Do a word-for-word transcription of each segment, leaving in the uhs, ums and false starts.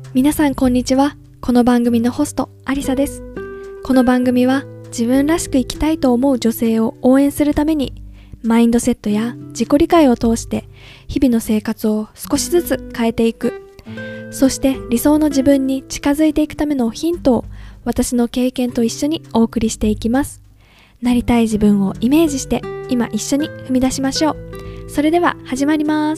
皆さんこんにちは。この番組のホストアリサです。この番組は自分らしく生きたいと思う女性を応援するために、マインドセットや自己理解を通して日々の生活を少しずつ変えていく、そして理想の自分に近づいていくためのヒントを私の経験と一緒にお送りしていきます。なりたい自分をイメージして今一緒に踏み出しましょう。それでは始まります。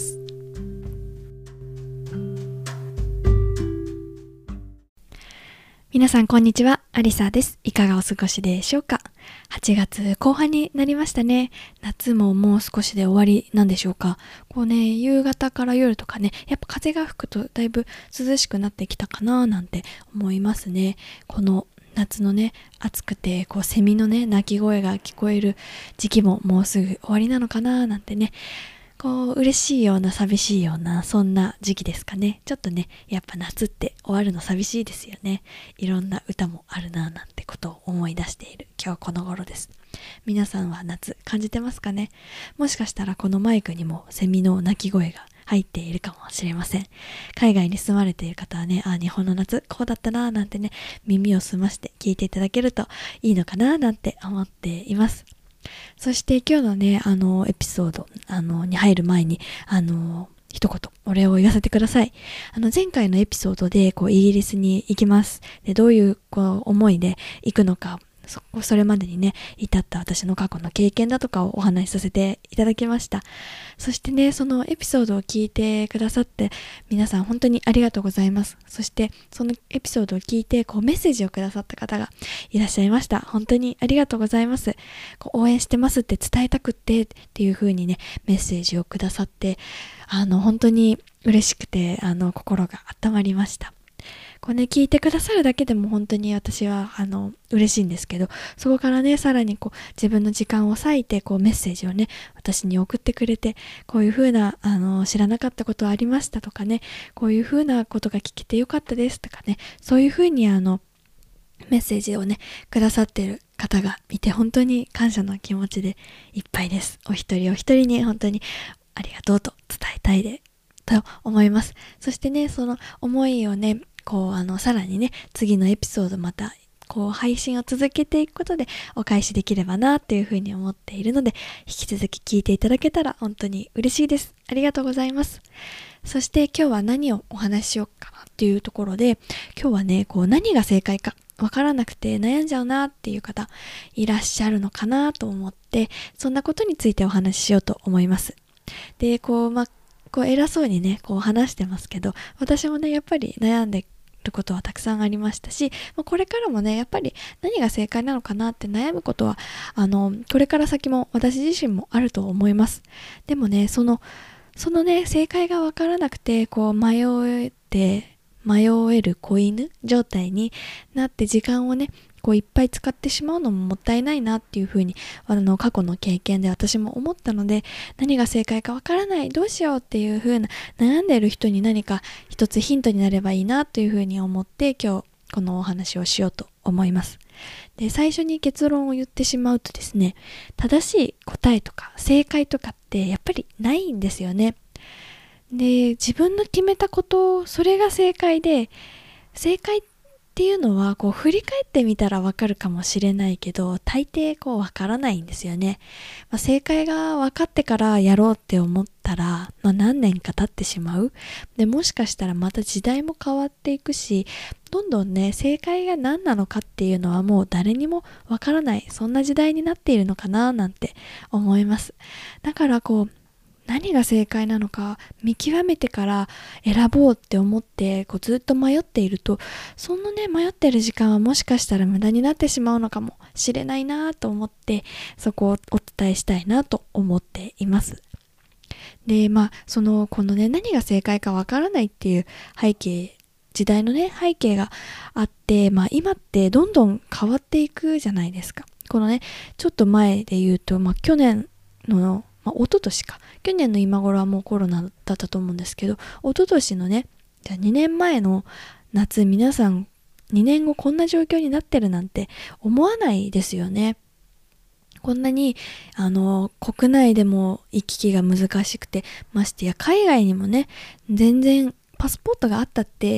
皆さんこんにちは、アリサです。いかがお過ごしでしょうか。はちがつこう半になりましたね。夏ももう少しで終わりなんでしょうか。こうね、夕方から夜とかね、やっぱ風が吹くとだいぶ涼しくなってきたかななんて思いますね。この夏のね、暑くてこうセミのね鳴き声が聞こえる時期ももうすぐ終わりなのかななんてね、こう嬉しいような寂しいようなそんな時期ですかね。ちょっとね、やっぱ夏って終わるの寂しいですよね。いろんな歌もあるななんてことを思い出している今日この頃です。皆さんは夏感じてますかね。もしかしたらこのマイクにもセミの鳴き声が入っているかもしれません。海外に住まれている方はね、あ、日本の夏こうだったななんてね、耳を澄まして聞いていただけるといいのかななんて思っています。そして今日のね、あのエピソードあのに入る前に、あの一言お礼を言わせてください。あの前回のエピソードでこうイギリスに行きます。で、どういうこう思いで行くのか、そそれまでにね至った私の過去の経験だとかをお話しさせていただきました。そしてね、そのエピソードを聞いてくださって皆さん本当にありがとうございます。そしてそのエピソードを聞いてこうメッセージをくださった方がいらっしゃいました。本当にありがとうございます。こう応援してますって伝えたくってっていう風にねメッセージをくださって、あの本当に嬉しくて、あの心が温まりました。こうね、聞いてくださるだけでも本当に私はあの嬉しいんですけど、そこからねさらにこう自分の時間を割いてこうメッセージをね私に送ってくれて、こういう風なあの知らなかったことありましたとかね、こういう風なことが聞けてよかったですとかね、そういう風にあのメッセージをねくださっている方がいて、本当に感謝の気持ちでいっぱいです。お一人お一人に本当にありがとうと伝えたいでと思います。そしてね、その思いをねこうあのさらにね次のエピソードまたこう配信を続けていくことでお返しできればなっていうふうに思っているので、引き続き聞いていただけたら本当に嬉しいです。ありがとうございます。そして今日は何をお話ししようかなっていうところで、今日はねこう何が正解かわからなくて悩んじゃうなっていう方いらっしゃるのかなと思って、そんなことについてお話ししようと思います。で、こうまあこう偉そうにねこう話してますけど、私もねやっぱり悩んでることはたくさんありましたし、これからもねやっぱり何が正解なのかなって悩むことはあのこれから先も私自身もあると思います。でもねそのそのね正解がわからなくてこう迷えて迷える子犬状態になって時間をねこういっぱい使ってしまうのももったいないなっていうふうにあの過去の経験で私も思ったので、何が正解かわからないどうしようっていうふうな悩んでいる人に何か一つヒントになればいいなというふうに思って今日このお話をしようと思います。で、最初に結論を言ってしまうとですね、正しい答えとか正解とかってやっぱりないんですよね。で、自分の決めたことそれが正解で、正解ってっていうのはこう振り返ってみたらわかるかもしれないけど、大抵こうわからないんですよね。まあ、正解が分かってからやろうって思ったら、まあ、何年か経ってしまう。で、もしかしたらまた時代も変わっていくし、どんどんね正解が何なのかっていうのはもう誰にもわからない、そんな時代になっているのかななんて思います。だからこう何が正解なのか見極めてから選ぼうって思ってこうずっと迷っていると、そのね迷っている時間はもしかしたら無駄になってしまうのかもしれないなと思って、そこをお伝えしたいなと思っています。で、まあそのこのね何が正解かわからないっていう背景、時代のね背景があって、まあ今ってどんどん変わっていくじゃないですか。このねちょっと前で言うと、まあ去年のまあ、一昨年か。去年の今頃はもうコロナだったと思うんですけど、一昨年のね、じゃあにねんまえの夏、皆さんにねんごこんな状況になってるなんて思わないですよね。こんなにあの国内でも行き来が難しくて、ましてや海外にもね、全然パスポートがあったって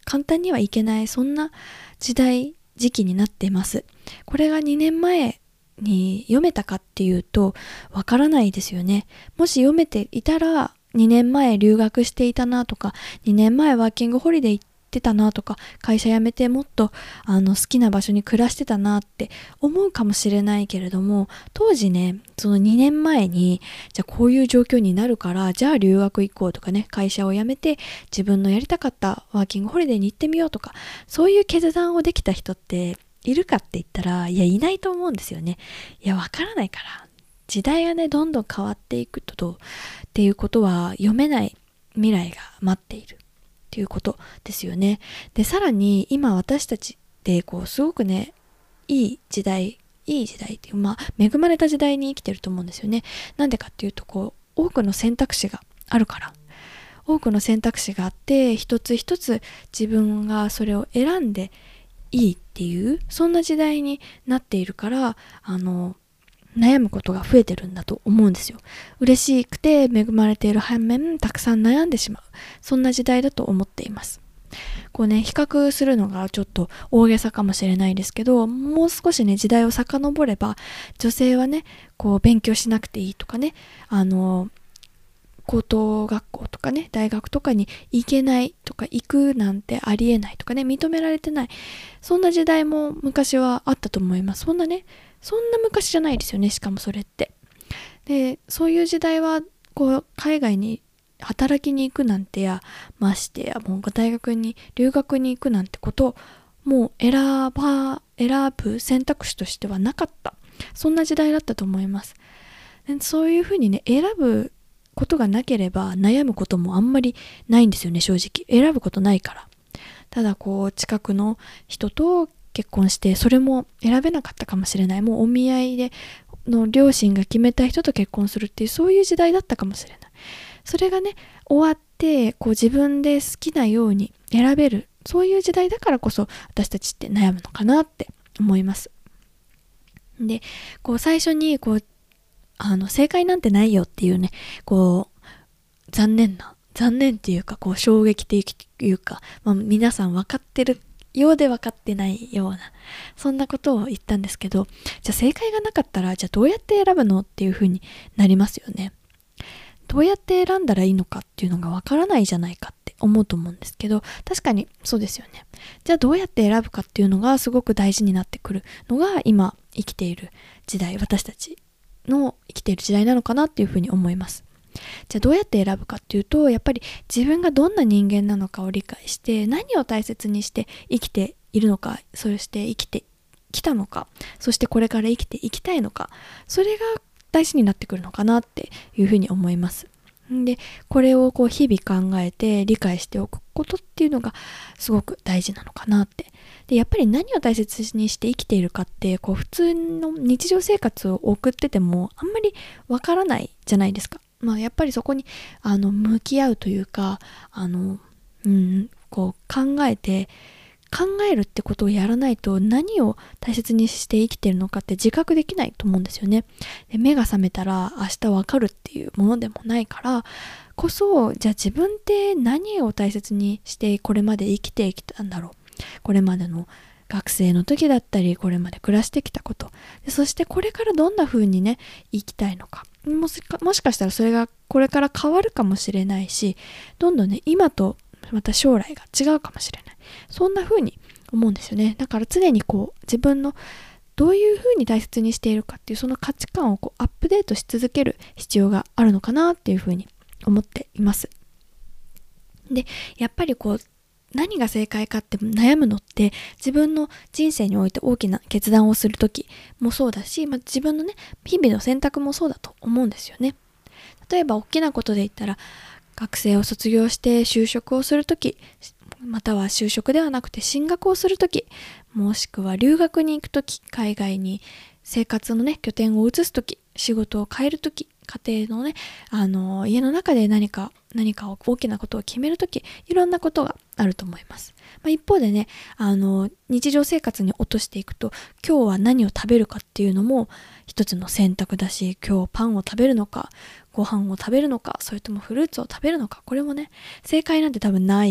簡単にはいけない、そんな時代時期になっています。これがにねんまえに読めたかっていうとわからないですよね。もし読めていたらにねんまえ留学していたなとか、にねんまえワーキングホリデー行ってたなとか、会社辞めてもっとあの好きな場所に暮らしてたなって思うかもしれないけれども、当時ね、そのにねんまえにじゃあこういう状況になるからじゃあ留学行こうとかね、会社を辞めて自分のやりたかったワーキングホリデーに行ってみようとか、そういう決断をできた人っているかって言ったら、いやいないと思うんですよね。いやわからないから、時代がねどんどん変わっていくとっていうことは読めない未来が待っているっていうことですよね。でさらに今私たちってこうすごくねいい時代いい時代っていう、まあ恵まれた時代に生きてると思うんですよね。なんでかっていうと、こう多くの選択肢があるから、多くの選択肢があって、一つ一つ自分がそれを選んでいいっていう、そんな時代になっているから、あの悩むことが増えてるんだと思うんですよ。嬉しくて恵まれている反面、たくさん悩んでしまう、そんな時代だと思っています。こうね、比較するのがちょっと大げさかもしれないですけど、もう少しね時代を遡れば、女性はねこう勉強しなくていいとかね、あの高等学校とかね大学とかに行けないとか、行くなんてありえないとかね、認められてない、そんな時代も昔はあったと思います。そんなねそんな昔じゃないですよね。しかもそれってで、そういう時代はこう海外に働きに行くなんてや、ましてやもう大学に留学に行くなんてこともう選ば選ぶ選択肢としてはなかった、そんな時代だったと思います。でそういうふうにね選ぶことがなければ悩むこともあんまりないんですよね。正直選ぶことないから。ただこう近くの人と結婚して、それも選べなかったかもしれない、もうお見合いでの両親が決めた人と結婚するっていう、そういう時代だったかもしれない。それがね終わって、こう自分で好きなように選べる、そういう時代だからこそ私たちって悩むのかなって思います。でこう最初にこうあの正解なんてないよっていうね、こう残念な残念っていうか、こう衝撃的というか、まあ、皆さん分かってるようで分かってないような、そんなことを言ったんですけど、じゃあ正解がなかったらじゃあどうやって選ぶのっていう風になりますよね。どうやって選んだらいいのかっていうのが分からないじゃないかって思うと思うんですけど、確かにそうですよね。じゃあどうやって選ぶかっていうのがすごく大事になってくるのが今生きている時代、私たちの生きている時代なのかなっていうふうに思います。じゃあどうやって選ぶかっていうと、やっぱり自分がどんな人間なのかを理解して、何を大切にして生きているのか、そして生きてきたのか、そしてこれから生きていきたいのか、それが大事になってくるのかなっていうふうに思います。でこれをこう日々考えて理解しておくことっていうのがすごく大事なのかなって。でやっぱり何を大切にして生きているかって、こう普通の日常生活を送っててもあんまりわからないじゃないですか。まあやっぱりそこにあの向き合うというか、あのうんこう考えて考えるってことをやらないと、何を大切にして生きてるのかって自覚できないと思うんですよね。で目が覚めたら明日わかるっていうものでもないからこそ、じゃあ自分って何を大切にしてこれまで生きてきたんだろう。これまでの学生の時だったり、これまで暮らしてきたこと、でそしてこれからどんな風にね生きたいのか、もしか、もしかしたらそれがこれから変わるかもしれないし、どんどんね今とまた将来が違うかもしれない、そんな風に思うんですよね。だから常にこう自分のどういう風に大切にしているかっていう、その価値観をこうアップデートし続ける必要があるのかなっていう風に思っています。でやっぱりこう何が正解かって悩むのって、自分の人生において大きな決断をするときもそうだし、まあ、自分のね日々の選択もそうだと思うんですよね。例えば大きなことで言ったら、学生を卒業して就職をするとき、または就職ではなくて進学をするとき、もしくは留学に行くとき、海外に生活のね拠点を移すとき、仕事を変えるとき、家庭のねあの家の中で何か何かを大きなことを決めるとき、いろんなことがあると思います。まあ、一方でねあの日常生活に落としていくと、今日は何を食べるかっていうのも一つの選択だし、今日パンを食べるのかご飯を食べるのか、それともフルーツを食べるのか、これもね正解なんて多分ない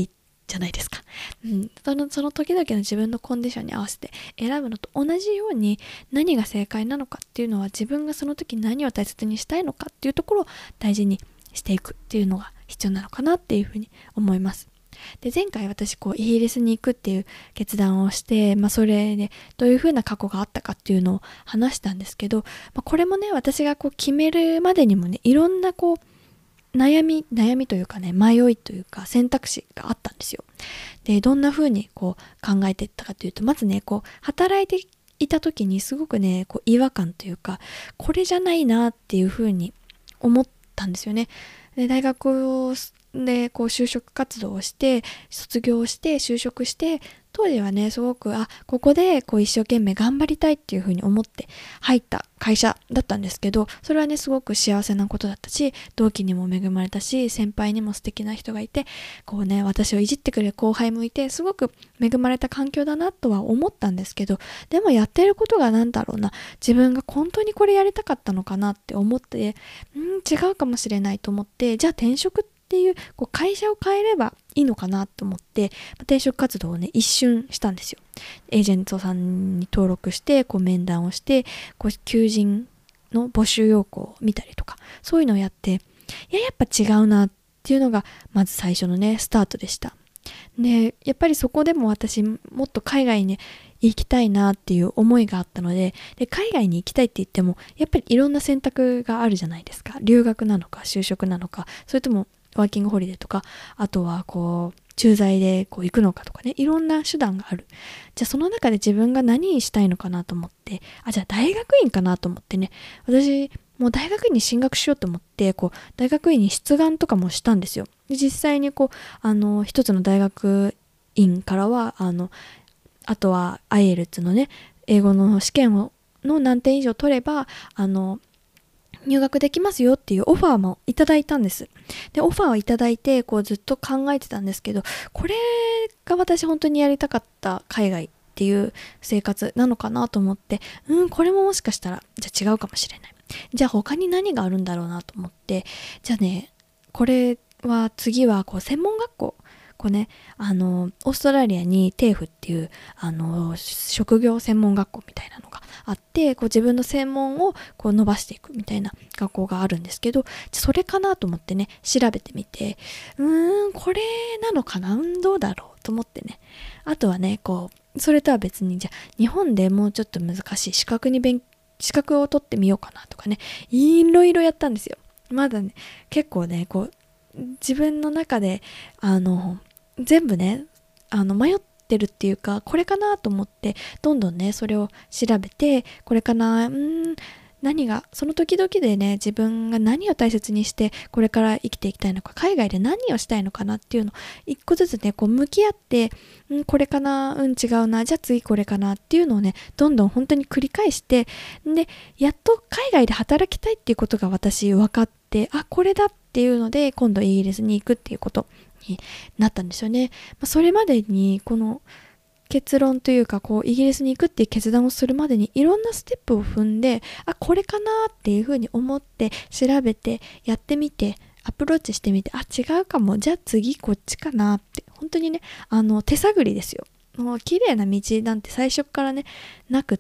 じゃないですか。うん、そのその時々の自分のコンディションに合わせて選ぶのと同じように、何が正解なのかっていうのは自分がその時何を大切にしたいのかっていうところを大事にしていくっていうのが必要なのかなっていうふうに思います。で、前回私こうイギリスに行くっていう決断をして、まあ、それでどういうふうな過去があったかっていうのを話したんですけど、まあ、これもね、私がこう決めるまでにもね、いろんなこう悩み悩みというかね、迷いというか選択肢があったんですよ。で、どんな風にこう考えていったかというと、まずね、こう働いていた時にすごくね、こう違和感というか、これじゃないなっていう風に思ったんですよね。で、大学でこう就職活動をして、卒業して就職して、当時はね、すごく、あ、ここでこう一生懸命頑張りたいっていう風に思って入った会社だったんですけど、それはね、すごく幸せなことだったし、同期にも恵まれたし、先輩にも素敵な人がいて、こうね、私をいじってくれる後輩もいて、すごく恵まれた環境だなとは思ったんですけど、でもやってることがなんだろうな、自分が本当にこれやりたかったのかなって思って、ん違うかもしれないと思って、じゃあ転職ってっていう、こう会社を変えればいいのかなと思って、転職活動をね、一瞬したんですよ。エージェントさんに登録して、こう面談をして、こう求人の募集要項を見たりとか、そういうのをやって、いや、やっぱ違うなっていうのが、まず最初のね、スタートでした。で、やっぱりそこでも私、もっと海外に行きたいなっていう思いがあったので、で、海外に行きたいって言っても、やっぱりいろんな選択があるじゃないですか。留学なのか、就職なのか、それともワーキングホリデーとか、あとはこう駐在でこう行くのかとかね、いろんな手段がある。じゃあその中で自分が何にしたいのかなと思って、あ、じゃあ大学院かなと思ってね、私もう大学院に進学しようと思って、こう大学院に出願とかもしたんですよ。で、実際にこうあの一つの大学院からはあのあとは アイエルツ のね、英語の試験をの何点以上取ればあの入学できますよっていうオファーもいただいたんです。で、オファーをいただいて、こうずっと考えてたんですけど、これが私本当にやりたかった海外っていう生活なのかなと思って、うん、これももしかしたら、じゃあ違うかもしれない。じゃあ他に何があるんだろうなと思って、じゃあね、これは次はこう専門学校、こうね、あの、オーストラリアにテーフっていう、あの、職業専門学校みたいなのがあって、こう自分の専門をこう伸ばしていくみたいな学校があるんですけど、それかなと思ってね、調べてみて、うーん、これなのかな、うん、どうだろうと思ってね。あとはね、こう、それとは別に、じゃあ、日本でもうちょっと難しい資格に勉、資格を取ってみようかなとかね、いろいろやったんですよ。まだね、結構ね、こう、自分の中で、あの、全部ね、あの、迷ってるっていうか、これかなと思って、どんどんね、それを調べて、これかな、うーん、何が、その時々でね、自分が何を大切にして、これから生きていきたいのか、海外で何をしたいのかなっていうのを、一個ずつね、こう向き合って、うん、これかな、うん、違うな、じゃあ次これかなっていうのをね、どんどん本当に繰り返して、で、やっと海外で働きたいっていうことが私分かって、あ、これだっていうので、今度イギリスに行くっていうことになったんですよね。まあ、それまでに、この、結論というか、こうイギリスに行くっていう決断をするまでにいろんなステップを踏んで、あ、これかなっていうふうに思って調べてやってみてアプローチしてみて、あ、違うかも、じゃあ次こっちかなって、本当にね、あの手探りですよ。もう綺麗な道なんて最初からねなくって、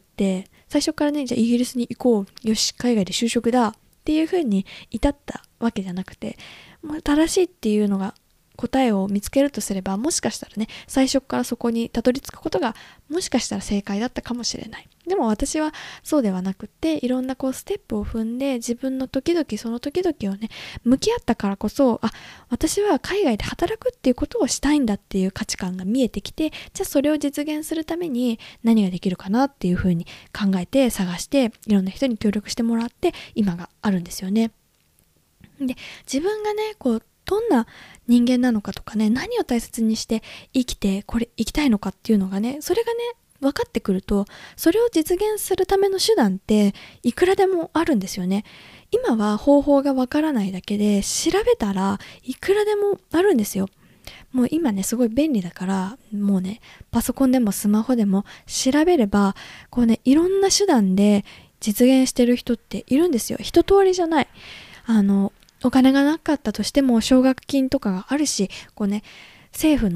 最初からね、じゃあイギリスに行こう、よし海外で就職だっていうふうに至ったわけじゃなくて、もう正しいっていうのが答えを見つけるとすれば、もしかしたらね、最初からそこにたどり着くことがもしかしたら正解だったかもしれない。でも私はそうではなくって、いろんなこうステップを踏んで、自分の時々その時々をね向き合ったからこそ、あ、私は海外で働くっていうことをしたいんだっていう価値観が見えてきて、じゃあそれを実現するために何ができるかなっていうふうに考えて探して、いろんな人に協力してもらって今があるんですよね。で、自分がねこうどんな人間なのかとかね、何を大切にして生きてこれ生きたいのかっていうのがね、それがね分かってくると、それを実現するための手段っていくらでもあるんですよね。今は方法が分からないだけで、調べたらいくらでもあるんですよ。もう今ねすごい便利だから、もうねパソコンでもスマホでも調べれば、こうねいろんな手段で実現してる人っているんですよ。一通りじゃない。あのお金がなかったとしても奨学金とかがあるし、こうね政府の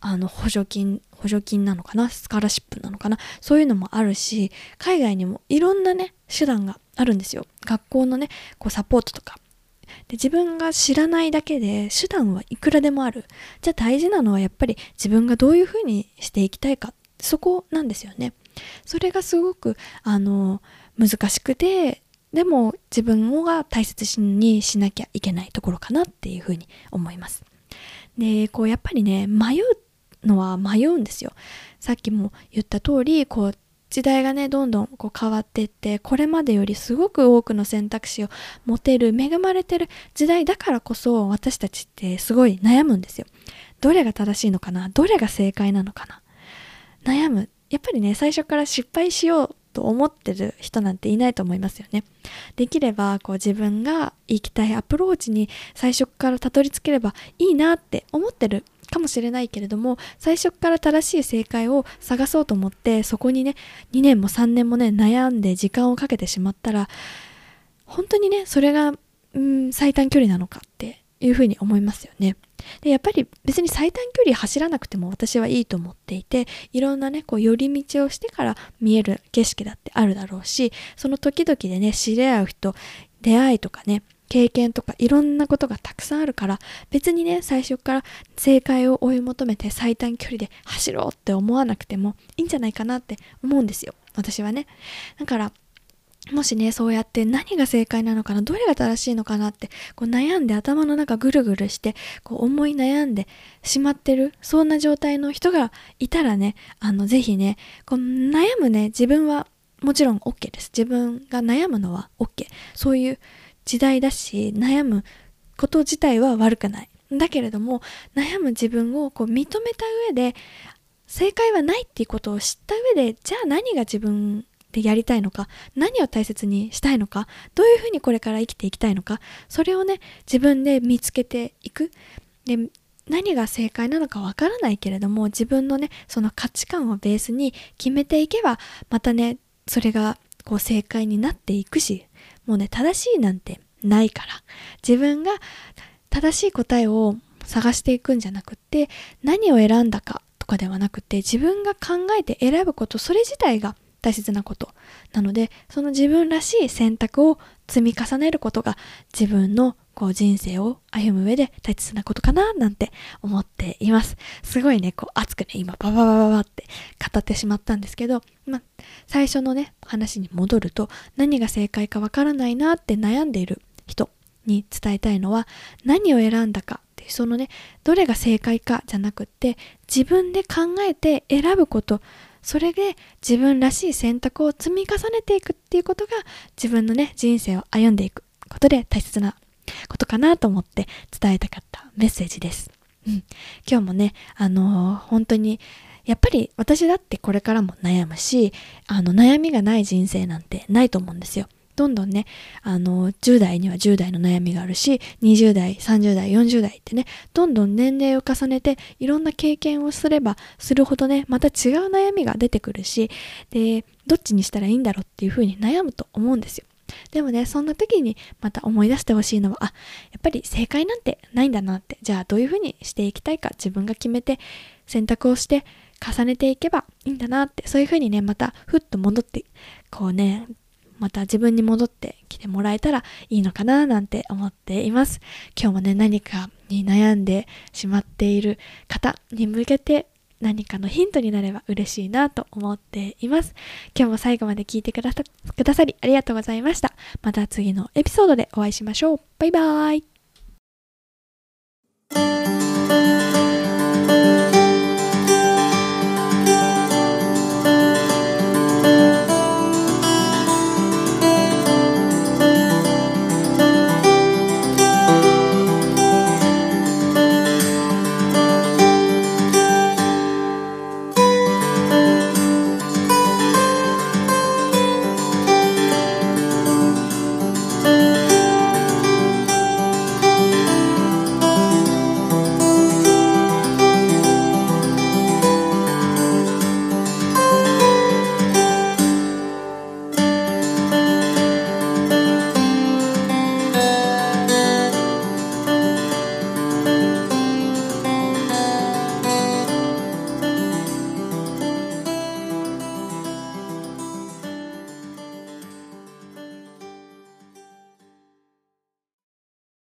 あの補助金補助金なのかな、スカラシップなのかな、そういうのもあるし、海外にもいろんなね手段があるんですよ。学校のねこうサポートとかで、自分が知らないだけで手段はいくらでもある。じゃあ大事なのはやっぱり自分がどういうふうにしていきたいか、そこなんですよね。それがすごくあの難しくて、でも自分が大切にしなきゃいけないところかなっていうふうに思います。で、こうやっぱりね迷うのは迷うんですよ。さっきも言った通り、こう時代がねどんどんこう変わっていって、これまでよりすごく多くの選択肢を持てる恵まれてる時代だからこそ、私たちってすごい悩むんですよ。どれが正しいのかな、どれが正解なのかな、悩む。やっぱりね最初から失敗しようと思ってる人なんていないと思いますよね。できればこう自分が行きたいアプローチに最初からたどり着ければいいなって思ってるかもしれないけれども、最初から正しい正解を探そうと思ってそこにねにねんもさんねんもね悩んで時間をかけてしまったら、本当にねそれがうん最短距離なのかっていうふうに思いますよね。でやっぱり別に最短距離走らなくても私はいいと思っていて、いろんなねこう寄り道をしてから見える景色だってあるだろうし、その時々でね知り合う人、出会いとかね経験とかいろんなことがたくさんあるから、別にね最初から正解を追い求めて最短距離で走ろうって思わなくてもいいんじゃないかなって思うんですよ、私はね。だからもしねそうやって何が正解なのかな、どれが正しいのかなってこう悩んで頭の中ぐるぐるしてこう思い悩んでしまってる、そんな状態の人がいたらね、あのぜひねこう悩むね自分はもちろん OK です。自分が悩むのは OK、 そういう時代だし悩むこと自体は悪くない。だけれども悩む自分をこう認めた上で、正解はないっていうことを知った上で、じゃあ何が自分でやりたいのか、何を大切にしたいのか、どういうふうにこれから生きていきたいのか、それをね自分で見つけていく。で何が正解なのかわからないけれども、自分のねその価値観をベースに決めていけば、またねそれがこう正解になっていくし、もうね正しいなんてないから、自分が正しい答えを探していくんじゃなくって、何を選んだかとかではなくて、自分が考えて選ぶこと、それ自体が大切なことなので、その自分らしい選択を積み重ねることが自分のこう人生を歩む上で大切なことかななんて思っています。すごいねこう熱くね今バババババって語ってしまったんですけど、まあ最初のね話に戻ると、何が正解かわからないなって悩んでいる人に伝えたいのは、何を選んだかっていうそのねどれが正解かじゃなくって、自分で考えて選ぶこと、それで自分らしい選択を積み重ねていくっていうことが自分のね人生を歩んでいくことで大切なことかなと思って伝えたかったメッセージです。うん、今日もねあのー、本当にやっぱり私だってこれからも悩むし、あの悩みがない人生なんてないと思うんですよ。どんどんねあのじゅう代にはじゅう代の悩みがあるし、にじゅう代さんじゅう代よんじゅう代ってねどんどん年齢を重ねていろんな経験をすればするほどねまた違う悩みが出てくるし、でどっちにしたらいいんだろうっていう風に悩むと思うんですよ。でもねそんな時にまた思い出してほしいのは、あ、やっぱり正解なんてないんだなって、じゃあどういう風にしていきたいか自分が決めて選択をして重ねていけばいいんだなって、そういう風にねまたふっと戻ってこうねまた自分に戻ってきてもらえたらいいのかななんて思っています。今日もね何かに悩んでしまっている方に向けて何かのヒントになれば嬉しいなと思っています。今日も最後まで聞いてくださ、くださりありがとうございました。また次のエピソードでお会いしましょう。バイバーイ。